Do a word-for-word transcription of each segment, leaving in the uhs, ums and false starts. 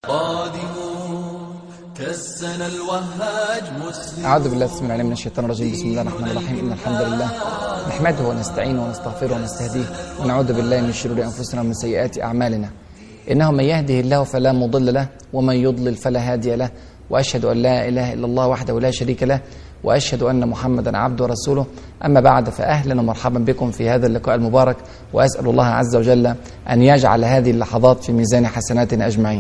كالسنا الوهاج مسلم. أعوذ بالله السميع العليم من الشيطان الرجيم. بسم الله الرحمن الرحيم. إن الحمد لله نحمده ونستعينه ونستغفره ونستهديه ونعوذ بالله من شرور أنفسنا ومن سيئات أعمالنا. إنه من يهده الله فلا مضل له ومن يضلل فلا هادي له، وأشهد أن لا إله إلا الله وحده لا شريك له، وأشهد أن محمدا عبده ورسوله. أما بعد، فأهلا ومرحبا بكم في هذا اللقاء المبارك، وأسأل الله عز وجل أن يجعل هذه اللحظات في ميزان حسناتنا أجمعين.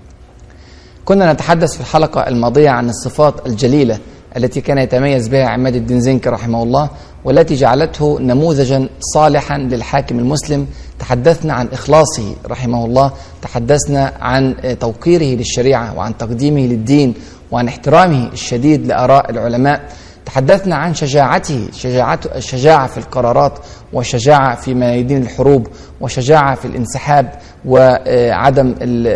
كنا نتحدث في الحلقة الماضية عن الصفات الجليلة التي كان يتميز بها عماد الدين زنكي رحمه الله، والتي جعلته نموذجا صالحا للحاكم المسلم. تحدثنا عن إخلاصه رحمه الله، تحدثنا عن توقيره للشريعة وعن تقديمه للدين وعن احترامه الشديد لآراء العلماء. تحدثنا عن شجاعته، شجاعته الشجاعة في القرارات، وشجاعة في ميادين الحروب، وشجاعة في الانسحاب، وعدم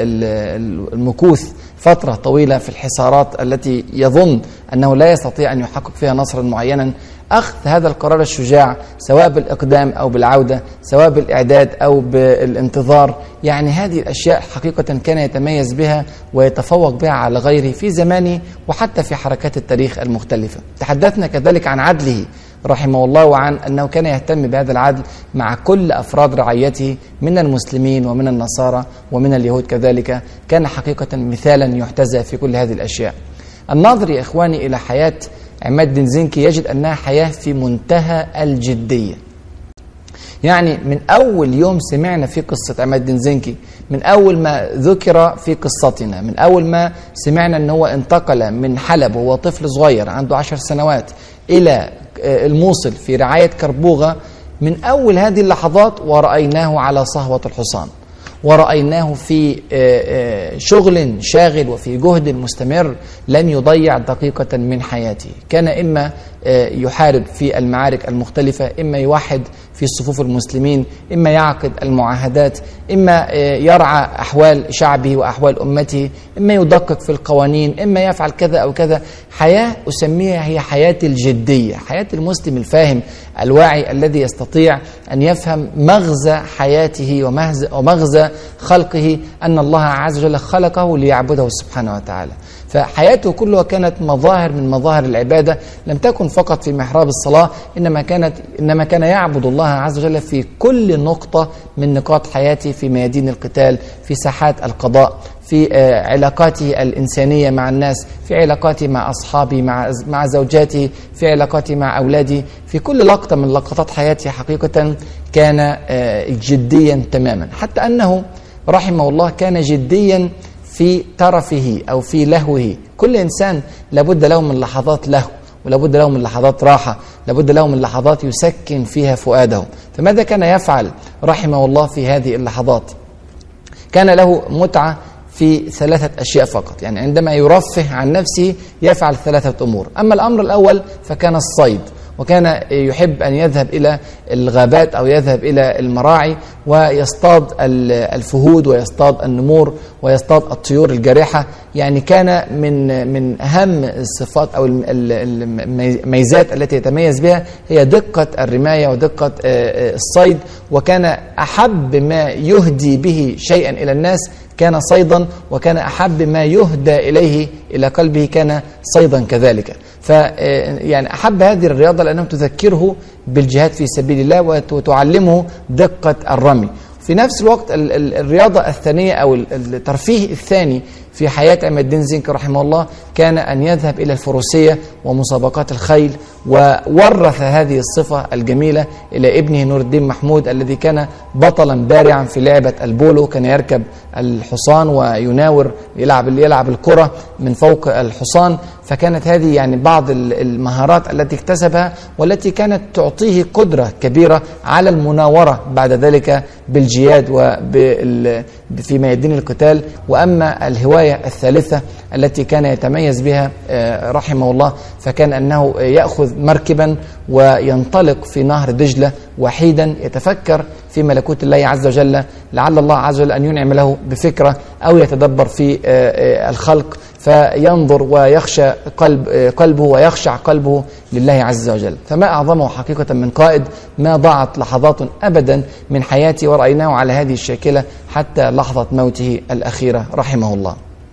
المكوث فترة طويلة في الحصارات التي يظن أنه لا يستطيع أن يحقق فيها نصرا معينا. أخذ هذا القرار الشجاع سواء بالإقدام أو بالعودة، سواء بالإعداد أو بالانتظار. يعني هذه الأشياء حقيقة كان يتميز بها ويتفوق بها على غيره في زمانه وحتى في حركات التاريخ المختلفة. تحدثنا كذلك عن عدله رحمه الله، وعن أنه كان يهتم بهذا العدل مع كل أفراد رعيته من المسلمين ومن النصارى ومن اليهود كذلك. كان حقيقة مثالا يحتذى في كل هذه الأشياء. الناظر يا إخواني إلى حياة عماد الدين زنكي يجد أنها حياة في منتهى الجدية. يعني من أول يوم سمعنا في قصة عماد الدين زنكي، من أول ما ذكر في قصتنا، من أول ما سمعنا أنه انتقل من حلب وهو طفل صغير عنده عشر سنوات إلى الموصل في رعاية كربوغة، من أول هذه اللحظات ورأيناه على صهوة الحصان، ورأيناه في شغل شاغل وفي جهد مستمر لم يضيع دقيقة من حياته. كان إما يحارب في المعارك المختلفة، إما يوحد في صفوف المسلمين، إما يعقد المعاهدات، إما يرعى أحوال شعبه وأحوال أمته، إما يدقق في القوانين، إما يفعل كذا أو كذا. حياة أسميها هي حياة الجدية، حياة المسلم الفاهم الواعي الذي يستطيع أن يفهم مغزى حياته ومغزى خلقه، أن الله عز وجل خلقه ليعبده سبحانه وتعالى. فحياته كلها كانت مظاهر من مظاهر العبادة، لم تكن فقط في محراب الصلاة، إنما كانت إنما كان يعبد الله عز وجل في كل نقطة من نقاط حياته، في ميادين القتال، في ساحات القضاء، في علاقاته الإنسانية مع الناس، في علاقاته مع أصحابه، مع مع زوجاته، في علاقاته مع أولاده. في كل لقطة من لقطات حياته حقيقة كان جديا تماما، حتى أنه رحمه الله كان جديا في ترفه أو في لهوه. كل إنسان لابد له من لحظات لهو، ولابد له من لحظات راحة، لابد له من لحظات يسكن فيها فؤاده. فماذا كان يفعل رحمه الله في هذه اللحظات؟ كان له متعة في ثلاثة أشياء فقط. يعني عندما يرفه عن نفسه يفعل ثلاثة أمور. أما الأمر الأول فكان الصيد، وكان يحب أن يذهب إلى الغابات أو يذهب إلى المراعي ويصطاد الفهود ويصطاد النمور ويصطاد الطيور الجارحة. يعني كان من من أهم الصفات أو الميزات التي يتميز بها هي دقة الرماية ودقة الصيد. وكان أحب ما يهدي به شيئا إلى الناس كان صيدا، وكان أحب ما يهدى إليه إلى قلبه كان صيدا كذلك. ف يعني أحب هذه الرياضة لأنها تذكره بالجهاد في سبيل الله وتعلمه دقة الرمي. في نفس الوقت الرياضة الثانية أو الترفيه الثاني في حياة عماد الدين زنكي رحمه الله كان أن يذهب إلى الفروسية ومسابقات الخيل، وورث هذه الصفة الجميلة إلى ابنه نور الدين محمود الذي كان بطلا بارعا في لعبة البولو. كان يركب الحصان ويناور يلعب يلعب الكرة من فوق الحصان. فكانت هذه يعني بعض المهارات التي اكتسبها والتي كانت تعطيه قدرة كبيرة على المناورة بعد ذلك بالجياد وفي ميادين القتال. وأما الهواية الثالثة التي كان يتميز بها رحمه الله فكان أنه يأخذ مركبا وينطلق في نهر دجلة وحيدا يتفكر في ملكوت الله عز وجل، لعل الله عز وجل أن ينعم له بفكرة أو يتدبر في الخلق فينظر ويخشى قلب قلبه ويخشع قلبه لله عز وجل. فما أعظمه حقيقة من قائد ما ضاعت لحظات أبدا من حياته، ورأيناه على هذه الشاكلة حتى لحظة موته الأخيرة رحمه الله.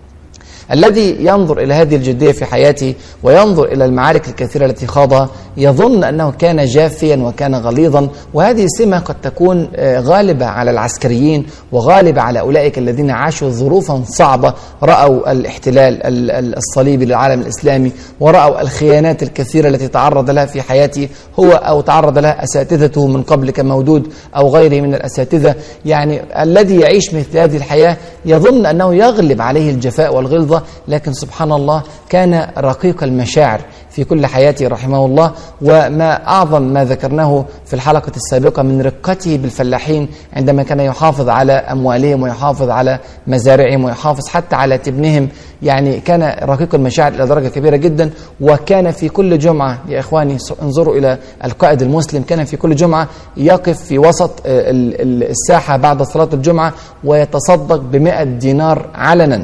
الذي ينظر إلى هذه الجدية في حياته وينظر إلى المعارك الكثيرة التي خاضها يظن أنه كان جافيا وكان غليظا، وهذه سمة قد تكون غالبة على العسكريين وغالبة على أولئك الذين عاشوا ظروفا صعبة، رأوا الاحتلال الصليبي للعالم الإسلامي ورأوا الخيانات الكثيرة التي تعرض لها في حياته هو أو تعرض لها أساتذته من قبل كمودود أو غيره من الأساتذة. يعني الذي يعيش مثل هذه الحياة يظن أنه يغلب عليه الجفاء والغلظة، لكن سبحان الله كان رقيق المشاعر في كل حياته رحمه الله. وما أعظم ما ذكرناه في الحلقة السابقة من رقته بالفلاحين عندما كان يحافظ على أموالهم ويحافظ على مزارعهم ويحافظ حتى على تبنهم، يعني كان رقيق المشاعر إلى درجة كبيرة جدا. وكان في كل جمعة يا إخواني انظروا إلى القائد المسلم، كان في كل جمعة يقف في وسط الساحة بعد صلاة الجمعة ويتصدق بمئة دينار علنا.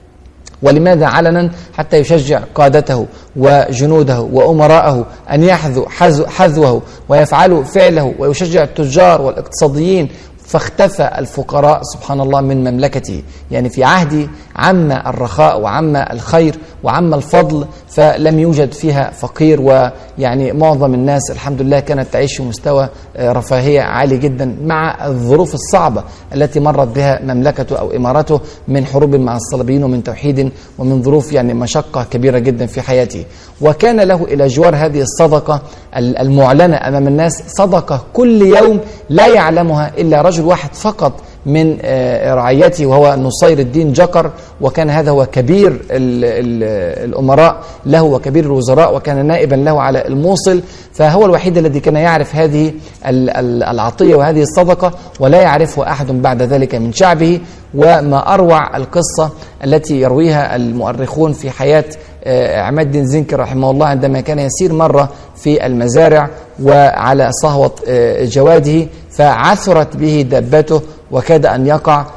ولماذا علنا؟ حتى يشجع قادته وجنوده وأمراءه أن يحذوا حذوه ويفعلوا فعله، ويشجع التجار والاقتصاديين. فاختفى الفقراء سبحان الله من مملكته، يعني في عهد عم الرخاء وعم الخير وعم الفضل، فلم يوجد فيها فقير، ويعني معظم الناس الحمد لله كانت تعيش في مستوى رفاهية عالي جدا مع الظروف الصعبة التي مرت بها مملكته أو إمارته من حروب مع الصليبيين ومن توحيد ومن ظروف يعني مشقة كبيرة جدا في حياته. وكان له إلى جوار هذه الصدقة المعلنة أمام الناس صدقة كل يوم لا يعلمها إلا رجل واحد فقط من رعيته، وهو نصير الدين جكر، وكان هذا هو كبير ال ال الأمراء له وكبير الوزراء، وكان نائبا له على الموصل. فهو الوحيد الذي كان يعرف هذه العطية وهذه الصدقة، ولا يعرفه أحد بعد ذلك من شعبه. وما أروع القصة التي يرويها المؤرخون في حياة عماد الدين زنكي رحمه الله عندما كان يسير مرة في المزارع وعلى صهوة جواده فعثرت به دابته وكاد أن يقع،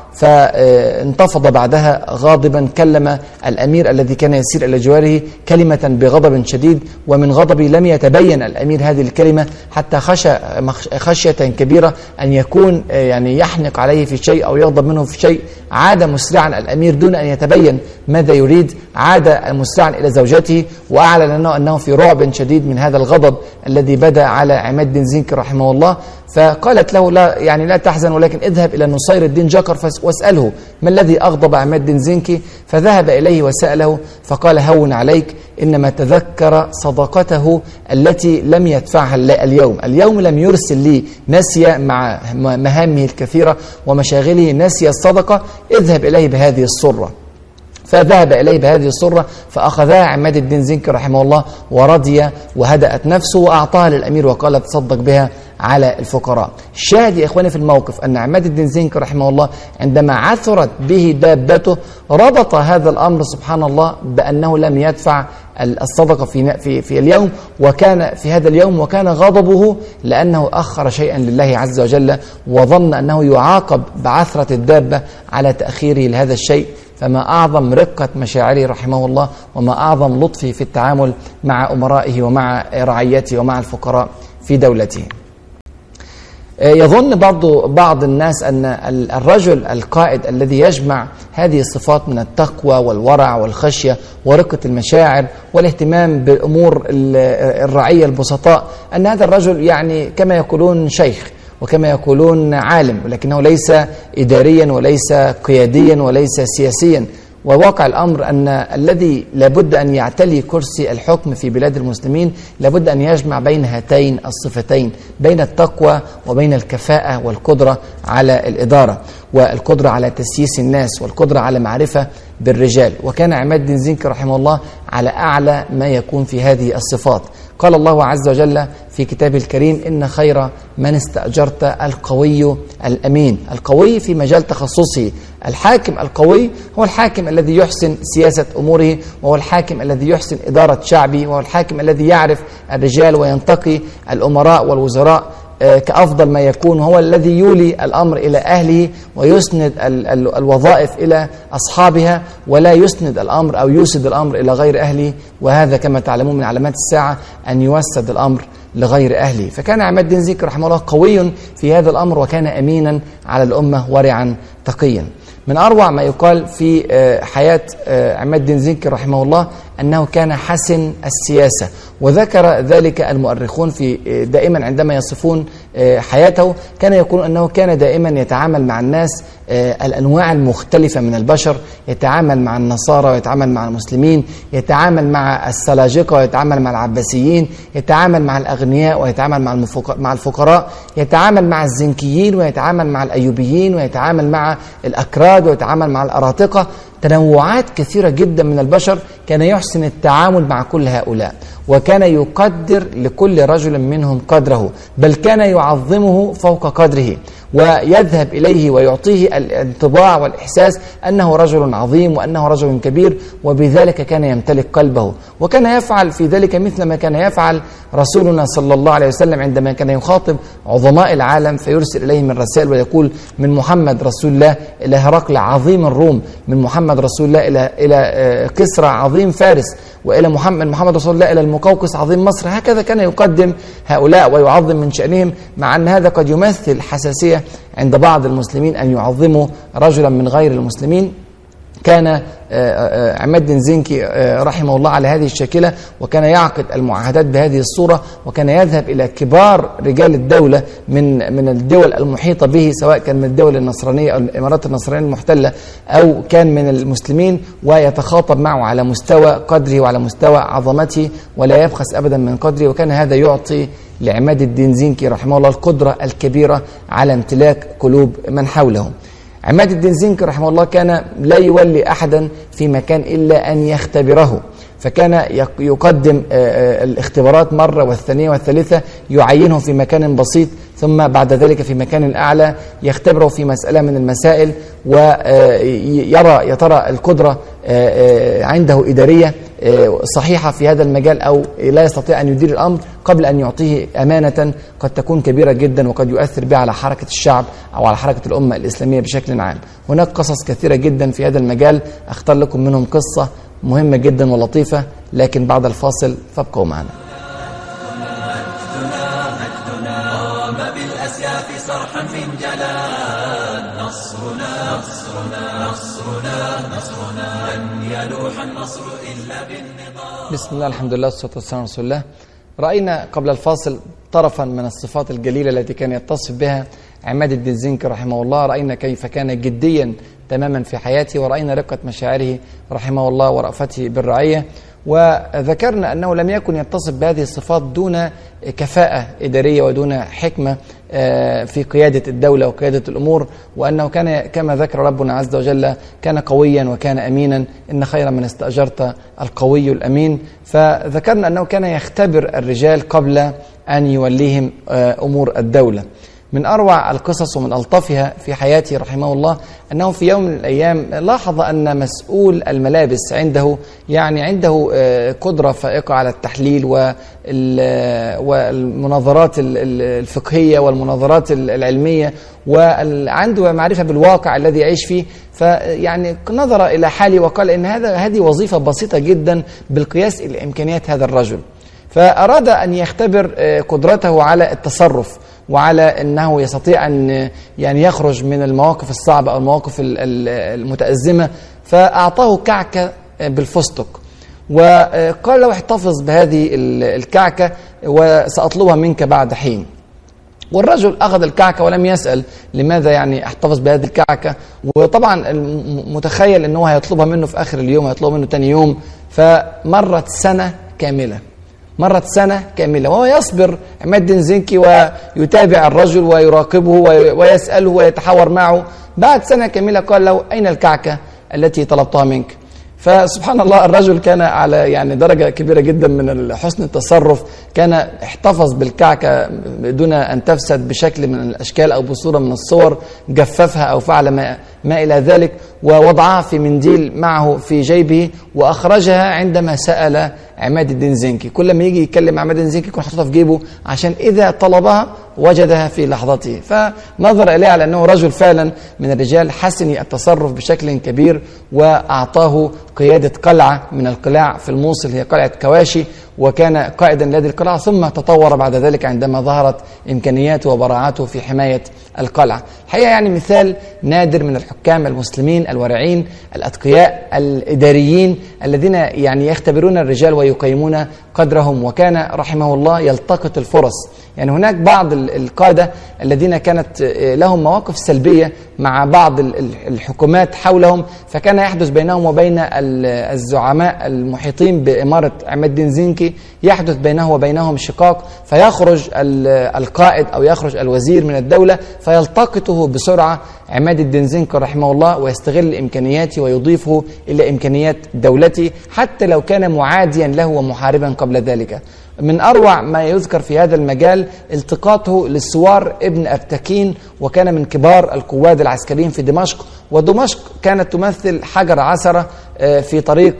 فانتفض بعدها غاضبا كلم الأمير الذي كان يسير إلى جواره كلمة بغضب شديد، ومن غضبه لم يتبين الأمير هذه الكلمة حتى خشى خشية كبيرة أن يكون يعني يحنق عليه في شيء أو يغضب منه في شيء. عاد مسرعا الأمير دون أن يتبين ماذا يريد، عاد مسرعا إلى زوجته وأعلن أنه, أنه في رعب شديد من هذا الغضب الذي بدا على عماد الدين زنكي رحمه الله. فقالت له لا يعني لا تحزن، ولكن اذهب إلى نصير الدين جكر واسأله ما الذي أغضب عماد الدين زنكي. فذهب إليه وسأله فقال هون عليك، إنما تذكر صدقته التي لم يدفعها اليوم اليوم لم يرسل لي، نسي مع مهامه الكثيرة ومشاغله نسي الصدقة، اذهب إليه بهذه الصرة. فذهب إليه بهذه الصرة فأخذها عماد الدين زنكي رحمه الله ورضي وهدأت نفسه وأعطاها للأمير وقال تصدق بها على الفقراء. الشاهد يا إخواني في الموقف أن عماد الدين زنكي رحمه الله عندما عثرت به دابته ربط هذا الأمر سبحان الله بأنه لم يدفع الصدقة في في في اليوم، وكان في هذا اليوم وكان غضبه لأنه أخر شيئا لله عز وجل، وظن أنه يعاقب بعثرة الدابة على تأخيره لهذا الشيء. فما أعظم رقة مشاعره رحمه الله، وما أعظم لطفه في التعامل مع أمرائه ومع رعيته ومع الفقراء في دولته. يظن برضو بعض الناس أن الرجل القائد الذي يجمع هذه الصفات من التقوى والورع والخشية ورقة المشاعر والاهتمام بأمور الرعية البسطاء، أن هذا الرجل يعني كما يقولون شيخ وكما يقولون عالم، ولكنه ليس إداريا وليس قياديا وليس سياسيا. وواقع الأمر أن الذي لابد أن يعتلي كرسي الحكم في بلاد المسلمين لابد أن يجمع بين هاتين الصفتين، بين التقوى وبين الكفاءة والقدرة على الإدارة والقدرة على تسييس الناس والقدرة على معرفة بالرجال. وكان عماد الدين زنكي رحمه الله على أعلى ما يكون في هذه الصفات. قال الله عز وجل في كتابه الكريم إن خير من استأجرت القوي الأمين. القوي في مجال تخصصه. الحاكم القوي هو الحاكم الذي يحسن سياسة أموره، وهو الحاكم الذي يحسن إدارة شعبه، وهو الحاكم الذي يعرف الرجال وينتقي الأمراء والوزراء كأفضل ما يكون، هو الذي يولي الأمر إلى أهله ويسند ال ال الوظائف إلى أصحابها، ولا يسند الأمر أو يوسد الأمر إلى غير أهله. وهذا كما تعلمون من علامات الساعة أن يوسد الأمر لغير أهله. فكان عماد الدين زنكي رحمه الله قوي في هذا الأمر، وكان أمينا على الأمة ورعا تقيا. من أروع ما يقال في حياة عماد الدين زنكي رحمه الله أنه كان حسن السياسة، وذكر ذلك المؤرخون في دائما عندما يصفون حياته، كان يقول أنه كان دائما يتعامل مع الناس الأنواع المختلفة من البشر، يتعامل مع النصارى ويتعامل مع المسلمين، يتعامل مع السلاجقة ويتعامل مع العباسيين، يتعامل مع الأغنياء ويتعامل مع مع الفقراء، يتعامل مع الزنكيين ويتعامل مع الأيوبيين ويتعامل مع الأكراد ويتعامل مع الأراطقة. تنوعات كثيرة جدا من البشر، كان يحسن التعامل مع كل هؤلاء، وكان يقدر لكل رجل منهم قدره، بل كان يعظمه فوق قدره، ويذهب إليه ويعطيه الانطباع والإحساس أنه رجل عظيم وأنه رجل كبير، وبذلك كان يمتلك قلبه. وكان يفعل في ذلك مثل ما كان يفعل رسولنا صلى الله عليه وسلم عندما كان يخاطب عظماء العالم فيرسل إليهم من رسائل ويقول: من محمد رسول الله إلى هرقل عظيم الروم، من محمد رسول الله إلى إلى كسرى عظيم فارس، وإلى محمد محمد رسول الله إلى المقوقس عظيم مصر. هكذا كان يقدم هؤلاء ويعظم من شأنهم، مع أن هذا قد يمثل حساسية عند بعض المسلمين أن يعظموا رجلا من غير المسلمين. كان عماد الدين زنكي رحمه الله على هذه الشاكلة، وكان يعقد المعاهدات بهذه الصورة، وكان يذهب إلى كبار رجال الدولة من من الدول المحيطة به، سواء كان من الدول النصرانية أو الإمارات النصرانية المحتلة أو كان من المسلمين، ويتخاطب معه على مستوى قدره وعلى مستوى عظمته، ولا يبخس أبدا من قدره. وكان هذا يعطي لعماد الدين زنكي رحمه الله القدرة الكبيرة على امتلاك قلوب من حوله. عماد الدين زنكي رحمه الله كان لا يولي أحدا في مكان إلا أن يختبره، فكان يقدم الاختبارات مرة والثانية والثالثة، يعينه في مكان بسيط، ثم بعد ذلك في مكان أعلى يختبره في مسألة من المسائل، ويرى يا ترى القدرة عنده إدارية صحيحة في هذا المجال أو لا يستطيع أن يدير الأمر، قبل أن يعطيه أمانة قد تكون كبيرة جدا وقد يؤثر بها على حركة الشعب أو على حركة الأمة الإسلامية بشكل عام. هناك قصص كثيرة جدا في هذا المجال، أختار لكم منهم قصة مهمة جدا ولطيفة، لكن بعد الفاصل فابقوا معنا. صرحا من جلال نصرنا نصرنا نصرنا نصرنا لن يلوح النصر إلا بالنضال. بسم الله، الحمد لله، والصلاة والسلام على رسول الله. رأينا قبل الفاصل طرفا من الصفات الجليلة التي كان يتصف بها عماد الدين زنكي رحمه الله. رأينا كيف كان جديا تماما في حياته، ورأينا رقة مشاعره رحمه الله ورأفته بالرعية، وذكرنا أنه لم يكن يتصف بهذه الصفات دون كفاءة إدارية ودون حكمة في قيادة الدولة وقيادة الأمور، وأنه كان كما ذكر ربنا عز وجل كان قويا وكان أمينا، إن خير من استأجرت القوي الأمين. فذكرنا أنه كان يختبر الرجال قبل أن يوليهم أمور الدولة. من أروع القصص ومن ألطفها في حياته رحمه الله أنه في يوم من الأيام لاحظ أن مسؤول الملابس عنده يعني عنده قدرة فائقة على التحليل والمناظرات الفقهية والمناظرات العلمية، وعنده معرفة بالواقع الذي يعيش فيه. فيعني نظر إلى حاله وقال إن هذا هذه وظيفة بسيطة جدا بالقياس إلى إمكانيات هذا الرجل، فأراد أن يختبر قدرته على التصرف وعلى أنه يستطيع أن يعني يخرج من المواقف الصعبة أو المواقف المتأزمة، فأعطاه كعكة بالفستق وقال له: احتفظ بهذه الكعكة وسأطلبها منك بعد حين. والرجل أخذ الكعكة ولم يسأل لماذا يعني احتفظ بهذه الكعكة، وطبعا متخيل أنه هيطلبها منه في آخر اليوم، هيطلبها منه تاني يوم. فمرت سنة كاملة مرت سنة كاملة وهو يصبر عماد الدين زنكي ويتابع الرجل ويراقبه ويسأله ويتحاور معه. بعد سنة كاملة قال له: أين الكعكة التي طلبتها منك؟ فسبحان الله الرجل كان على يعني درجة كبيرة جدا من حسن التصرف، كان احتفظ بالكعكة دون أن تفسد بشكل من الأشكال أو بصورة من الصور، جففها أو فعل ما, ما إلى ذلك، ووضعها في منديل معه في جيبه، وأخرجها عندما سأل عماد الدين زنكي. كل ما يجي يتكلم عماد الدين زنكي يكون حاططها في جيبه عشان إذا طلبها وجدها في لحظته. فنظر إليه على أنه رجل فعلا من الرجال حسن التصرف بشكل كبير، وأعطاه قيادة قلعة من القلاع في الموصل هي قلعة كواشي، وكان قائدا لهذه القلعة، ثم تطور بعد ذلك عندما ظهرت إمكانياته وبراعته في حماية القلعة. الحقيقة يعني مثال نادر من الحكام المسلمين الورعين الأتقياء الإداريين الذين يعني يختبرون الرجال ويقيمون قدرهم، وكان رحمه الله يلتقط الفرص. يعني هناك بعض القادة الذين كانت لهم مواقف سلبية مع بعض الحكومات حولهم، فكان يحدث بينهم وبين الزعماء المحيطين بإمارة عماد الدين زنكي يحدث بينه وبينهم شقاق، فيخرج القائد أو يخرج الوزير من الدولة فيلتقطه بسرعة عماد الدين زنكي رحمه الله، ويستغل إمكانياته ويضيفه إلى إمكانيات دولته حتى لو كان معاديا له ومحاربا قبل ذلك. من أروع ما يذكر في هذا المجال التقاطه للسوار ابن أبتكين، وكان من كبار القواد العسكريين في دمشق، ودمشق كانت تمثل حجر عثرة في طريق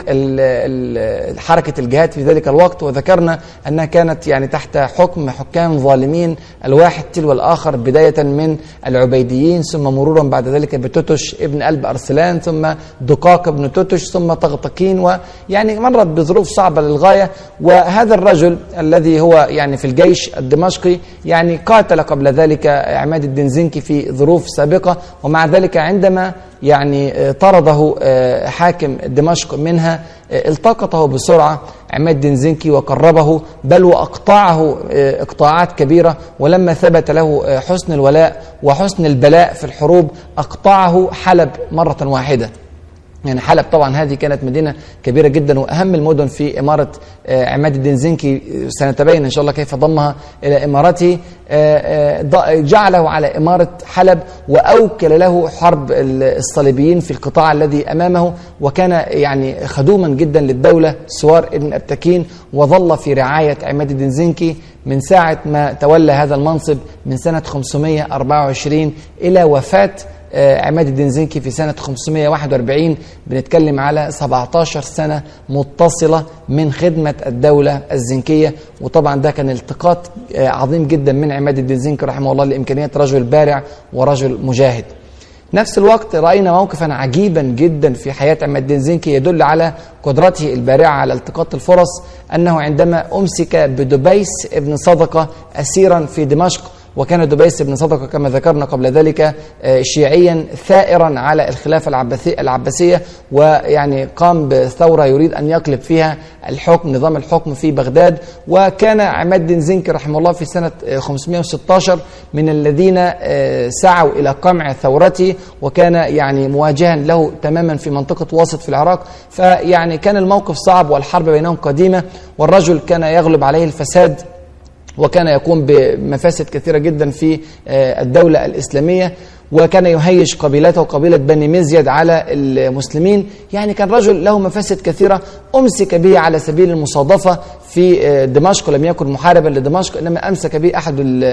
حركة الجهاد في ذلك الوقت، وذكرنا أنها كانت يعني تحت حكم حكام ظالمين الواحد تلو الآخر، بداية من العبيديين ثم مرورا بعد ذلك بتوتش ابن قلب أرسلان ثم دقاق ابن توتش ثم طغطقين، ويعني مرت بظروف صعبة للغاية. وهذا الرجل الذي هو يعني في الجيش الدمشقي يعني قاتل قبل ذلك عماد الدين زنكي في ظروف سابقة، ومع ذلك عندما يعني طرده حاكم دمشق منها التقطه بسرعة عماد الدين زنكي وقربه، بل وأقطعه إقطاعات كبيرة، ولما ثبت له حسن الولاء وحسن البلاء في الحروب أقطعه حلب مرة واحدة. يعني حلب طبعا هذه كانت مدينة كبيرة جدا وأهم المدن في إمارة عماد الدين زنكي، سنتبين إن شاء الله كيف ضمها إلى إمارته. جعله على إمارة حلب وأوكل له حرب الصليبيين في القطاع الذي أمامه، وكان يعني خدوما جدا للدولة سوار ابن أبتكين، وظل في رعاية عماد الدين زنكي من ساعة ما تولى هذا المنصب من سنة خمسمائة وأربعة وعشرين إلى وفاة عماد الدين زنكي في سنة خمسمائة وواحد وأربعين. بنتكلم على سبعة عشر سنة متصلة من خدمة الدولة الزنكية، وطبعا ده كان التقاط عظيم جدا من عماد الدين زنكي رحمه الله لإمكانيات رجل بارع ورجل مجاهد. نفس الوقت رأينا موقفا عجيبا جدا في حياة عماد الدين زنكي يدل على قدرته البارعة على التقاط الفرص، أنه عندما أمسك بدبيس ابن صدقة أسيرا في دمشق، وكان دبيس بن صدقة كما ذكرنا قبل ذلك شيعيا ثائرا على الخلافة العباسية، ويعني قام بثورة يريد أن يقلب فيها الحكم نظام الحكم في بغداد. وكان عماد الدين زنكي رحمه الله في سنة خمسمائة وستة عشر من الذين سعوا إلى قمع ثورته، وكان يعني مواجها له تماما في منطقة واسط في العراق. فيعني كان الموقف صعب والحرب بينهم قديمة، والرجل كان يغلب عليه الفساد وكان يقوم بمفاسد كثيرة جدا في الدولة الإسلامية، وكان يهيج قبيلته قبيلة بني مزيد على المسلمين. يعني كان رجل له مفاسد كثيرة، أمسك به على سبيل المصادفة في دمشق، لم يكن محاربا لدمشق إنما أمسك به أحد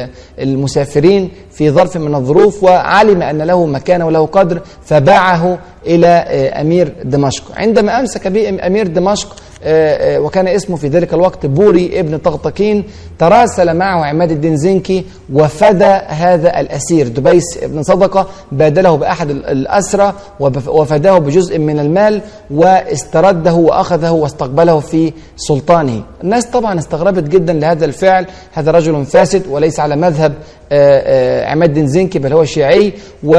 المسافرين في ظرف من الظروف، وعلم أن له مكانة وله قدر فباعه إلى أمير دمشق. عندما أمسك به أمير دمشق وكان اسمه في ذلك الوقت بوري ابن طغطقين، تراسل معه عماد الدين زنكي وفدى هذا الأسير دبيس ابن صدقة، بادله بأحد الأسرى وفداه بجزء من المال واسترده وأخذه واستقبله في سلطانه. الناس طبعا استغربت جدا لهذا الفعل، هذا رجل فاسد وليس على مذهب عماد الدين زنكي بل هو شيعي،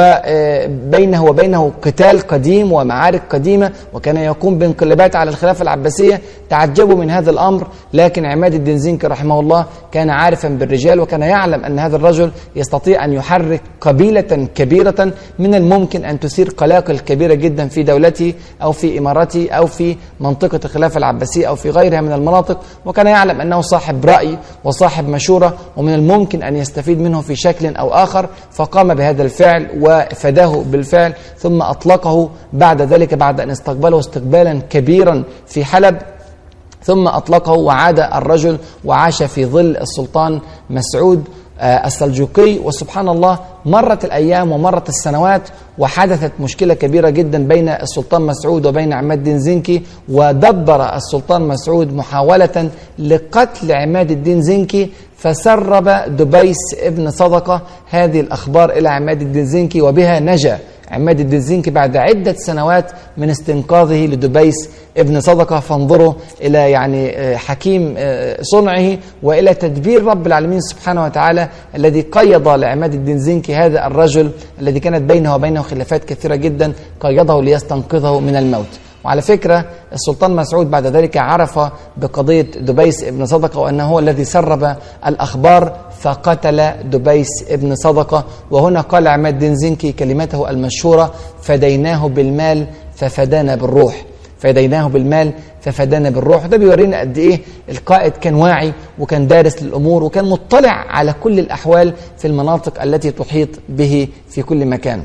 وبينه وبينه قتال قديم ومعارك قديمة، وكان يقوم بانقلابات على الخلافة العباسية. تعجبوا من هذا الأمر، لكن عماد الدين زنكي رحمه الله كان عارفا بالرجال، وكان يعلم أن هذا الرجل يستطيع أن يحرك قبيلة كبيرة من الممكن أن تثير قلاقل كبيرة جدا في دولته أو في إمارته أو في منطقة الخلافة العباسية أو في غيرها من المناطق، وكان يعلم أنه صاحب رأي وصاحب مشورة ومن الممكن أن يستفيد منه في شكل أو آخر، فقام بهذا الفعل وفداه بالفعل، ثم أطلقه بعد ذلك بعد أن استقبله استقبالا كبيرا في حلب، ثم أطلقه وعاد الرجل وعاش في ظل السلطان مسعود السلجوقي. وسبحان الله مرت الأيام ومرت السنوات وحدثت مشكلة كبيرة جدا بين السلطان مسعود وبين عماد الدين زنكي، ودبر السلطان مسعود محاولة لقتل عماد الدين زنكي، فسرب دبيس ابن صدقة هذه الأخبار إلى عماد الدين زنكي، وبها نجا عماد الدين زنكي بعد عدة سنوات من استنقاذه لدبيس ابن صدقة. فانظروا إلى يعني حكيم صنعه وإلى تدبير رب العالمين سبحانه وتعالى الذي قيض لعماد الدين زنكي هذا الرجل الذي كانت بينه وبينه خلافات كثيرة جدا، قيضه ليستنقذه من الموت. وعلى فكرة السلطان مسعود بعد ذلك عرف بقضية دبيس ابن صدقة وأنه هو الذي سرب الأخبار، فقتل دبيس ابن صدقة. وهنا قال عماد الدين زنكي كلمته المشهورة: فديناه بالمال ففدانا بالروح. فديناه بالمال ففدانا بالروح. ده بيورينا قد ايه القائد كان واعي وكان دارس للامور وكان مطلع على كل الاحوال في المناطق التي تحيط به في كل مكان.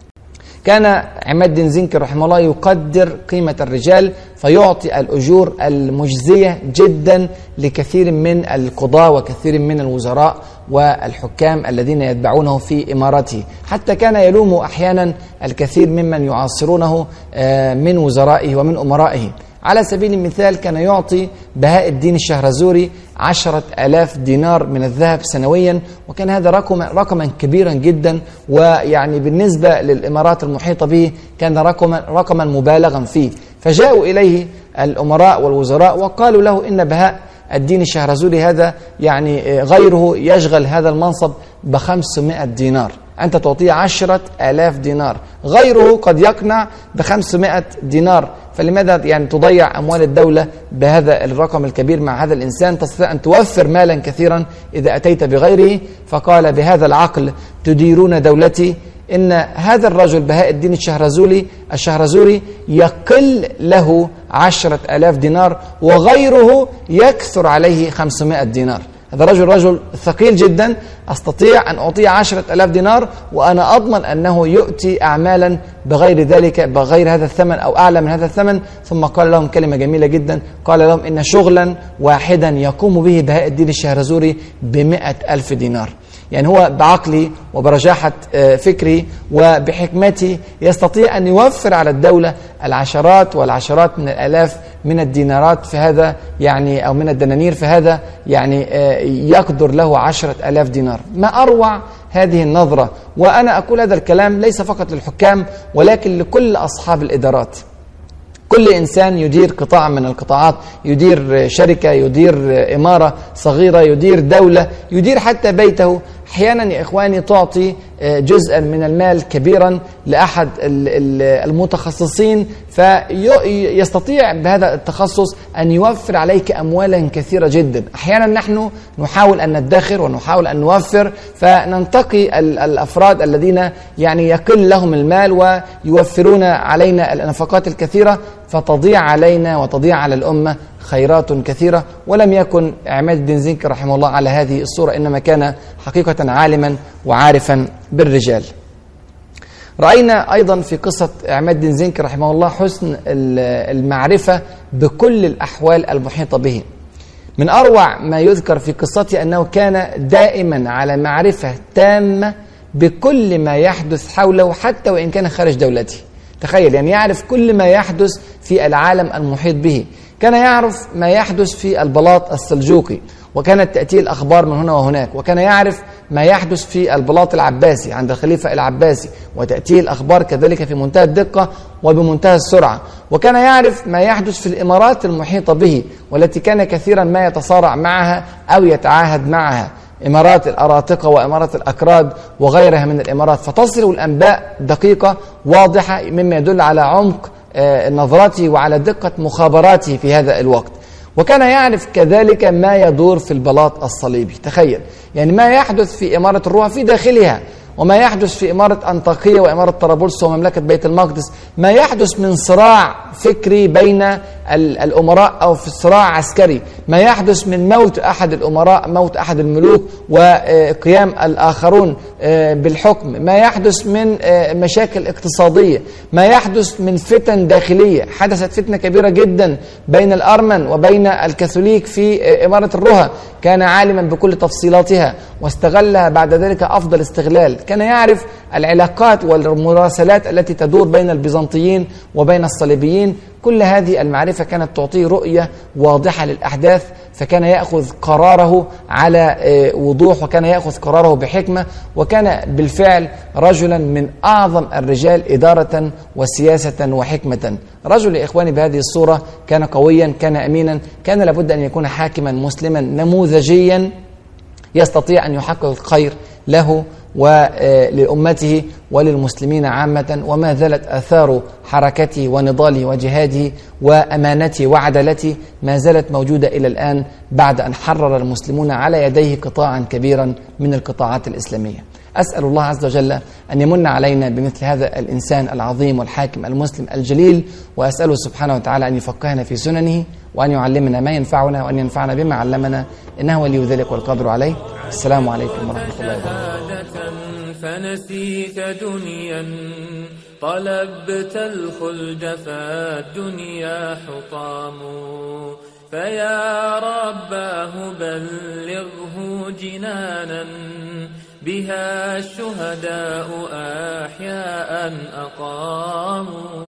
كان عماد الدين زنكي رحمه الله يقدر قيمة الرجال، فيعطي الأجور المجزية جدا لكثير من القضاة وكثير من الوزراء والحكام الذين يتبعونه في إمارته، حتى كان يلوم أحيانا الكثير ممن يعاصرونه من وزرائه ومن أمرائه. على سبيل المثال كان يعطي بهاء الدين الشهرزوري عشرة آلاف دينار من الذهب سنويا، وكان هذا رقم رقما كبيرا جدا، ويعني بالنسبة للإمارات المحيطة به كان رقما رقما مبالغا فيه. فجاءوا إليه الأمراء والوزراء وقالوا له إن بهاء الدين الشهرزوري هذا يعني غيره يشغل هذا المنصب بخمسمائة دينار، أنت تعطيه عشرة آلاف دينار، غيره قد يقنع بخمسمائة دينار، فلماذا يعني تضيع أموال الدولة بهذا الرقم الكبير مع هذا الإنسان؟ تستطيع أن توفر مالا كثيرا إذا أتيت بغيره. فقال: بهذا العقل تديرون دولتي، إن هذا الرجل بهاء الدين الشهرزوري الشهرزوري يقل له عشرة آلاف دينار وغيره يكثر عليه خمسمائة دينار. هذا رجل رجل ثقيل جدا، أستطيع أن أعطيه عشرة آلاف دينار وأنا أضمن أنه يؤتي أعمالا بغير ذلك بغير هذا الثمن أو أعلى من هذا الثمن. ثم قال لهم كلمة جميلة جدا، قال لهم: إن شغلا واحدا يقوم به بهاء الدين الشهرزوري بمئة ألف دينار. يعني هو بعقله وبرجاحة فكره وبحكمته يستطيع أن يوفر على الدولة العشرات والعشرات من الآلاف من الدينارات في هذا يعني أو من الدنانير، في هذا يعني يقدر له عشرة آلاف دينار. ما أروع هذه النظرة. وأنا أقول هذا الكلام ليس فقط للحكام ولكن لكل أصحاب الإدارات. كل إنسان يدير قطاع من القطاعات، يدير شركة، يدير إمارة صغيرة، يدير دولة، يدير حتى بيته. أحيانا يا إخواني تعطي جزءا من المال كبيرا لأحد المتخصصين فيستطيع بهذا التخصص أن يوفر عليك أموالا كثيرة جدا. أحيانا نحن نحاول أن ندخر ونحاول أن نوفر، فننتقي الأفراد الذين يعني يقل لهم المال ويوفرون علينا النفقات الكثيرة، فتضيع علينا وتضيع على الأمة خيرات كثيرة. ولم يكن عماد الدين زنكي رحمه الله على هذه الصورة، إنما كان حقيقة عالما وعارفا بالرجال. رأينا أيضا في قصة عماد الدين زنكي رحمه الله حسن المعرفة بكل الأحوال المحيطة به. من أروع ما يذكر في قصته أنه كان دائما على معرفة تامة بكل ما يحدث حوله حتى وإن كان خارج دولته. تخيل، يعني يعرف كل ما يحدث في العالم المحيط به. كان يعرف ما يحدث في البلاط السلجوقي وكانت تأتيه الأخبار من هنا وهناك، وكان يعرف ما يحدث في البلاط العباسي عند الخليفة العباسي وتأتيه الأخبار كذلك في منتهى الدقة وبمنتهى السرعة، وكان يعرف ما يحدث في الإمارات المحيطة به والتي كان كثيرا ما يتصارع معها أو يتعاهد معها، إمارات الأراطقة وإمارات الأكراد وغيرها من الإمارات، فتصل الأنباء دقيقة واضحة مما يدل على عمق نظراته وعلى دقة مخابراته في هذا الوقت. وكان يعرف كذلك ما يدور في البلاط الصليبي. تخيل، يعني ما يحدث في إمارة الروح في داخلها وما يحدث في إمارة أنطاكية وإمارة طرابلس ومملكة بيت المقدس، ما يحدث من صراع فكري بين الأمراء أو في صراع عسكري، ما يحدث من موت أحد الأمراء، موت أحد الملوك وقيام الآخرون بالحكم، ما يحدث من مشاكل اقتصادية، ما يحدث من فتن داخلية. حدثت فتنة كبيرة جدا بين الأرمن وبين الكاثوليك في إمارة الرها، كان عالما بكل تفصيلاتها واستغلها بعد ذلك أفضل استغلال، كان يعرف العلاقات والمراسلات التي تدور بين البيزنطيين وبين الصليبيين. كل هذه المعرفة كانت تعطيه رؤية واضحة للأحداث، فكان يأخذ قراره على وضوح وكان يأخذ قراره بحكمة، وكان بالفعل رجلا من أعظم الرجال إدارة وسياسة وحكمة. رجل يا إخواني بهذه الصورة كان قويا، كان أمينا، كان لابد أن يكون حاكما مسلما نموذجيا يستطيع أن يحقق الخير له ولأمته وللمسلمين عامة. وما زالت آثار حركته ونضاله وجهاده وأمانته وعدالته ما زالت موجودة إلى الآن بعد أن حرر المسلمون على يديه قطاعا كبيرا من القطاعات الإسلامية. أسأل الله عز وجل أن يمن علينا بمثل هذا الإنسان العظيم والحاكم المسلم الجليل، وأسأله سبحانه وتعالى أن يفقهنا في سننه وأن يعلمنا ما ينفعنا وأن ينفعنا بما علمنا، إنه ولي ذلك والقدر عليه. السلام عليكم ورحمة الله وبركاته. فنسيت دنيا طلبت الخلد فالدنيا حطام، فيا رباه بلغه جنانا بها الشهداء أحياء أقاموا.